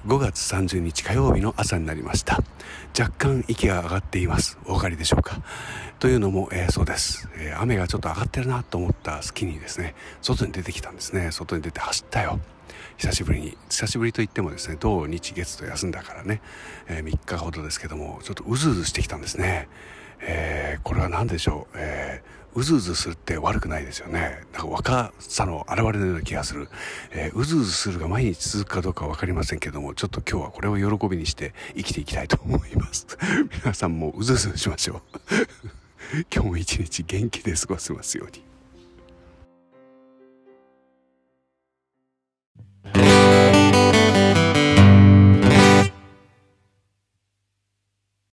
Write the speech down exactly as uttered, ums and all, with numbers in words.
ごがつさんじゅうにち火曜日の朝になりました。若干息が上がっています。お分かりでしょうか。というのも、えー、そうです、えー、雨がちょっと上がってるなと思った隙にですね、外に出てきたんですね。外に出て走ったよ。久しぶりに久しぶりといってもですね、土日月と休んだからね、えー、みっかほどですけども、ちょっとうずうずしてきたんですね。えー、これは何でしょう、えー、うずうずするって悪くないですよね。なんか若さの表れのような気がする、えー、うずうずするが毎日続くかどうか分かりませんけども、ちょっと今日はこれを喜びにして生きていきたいと思います皆さんもうずうずしましょう今日も一日元気で過ごせますように。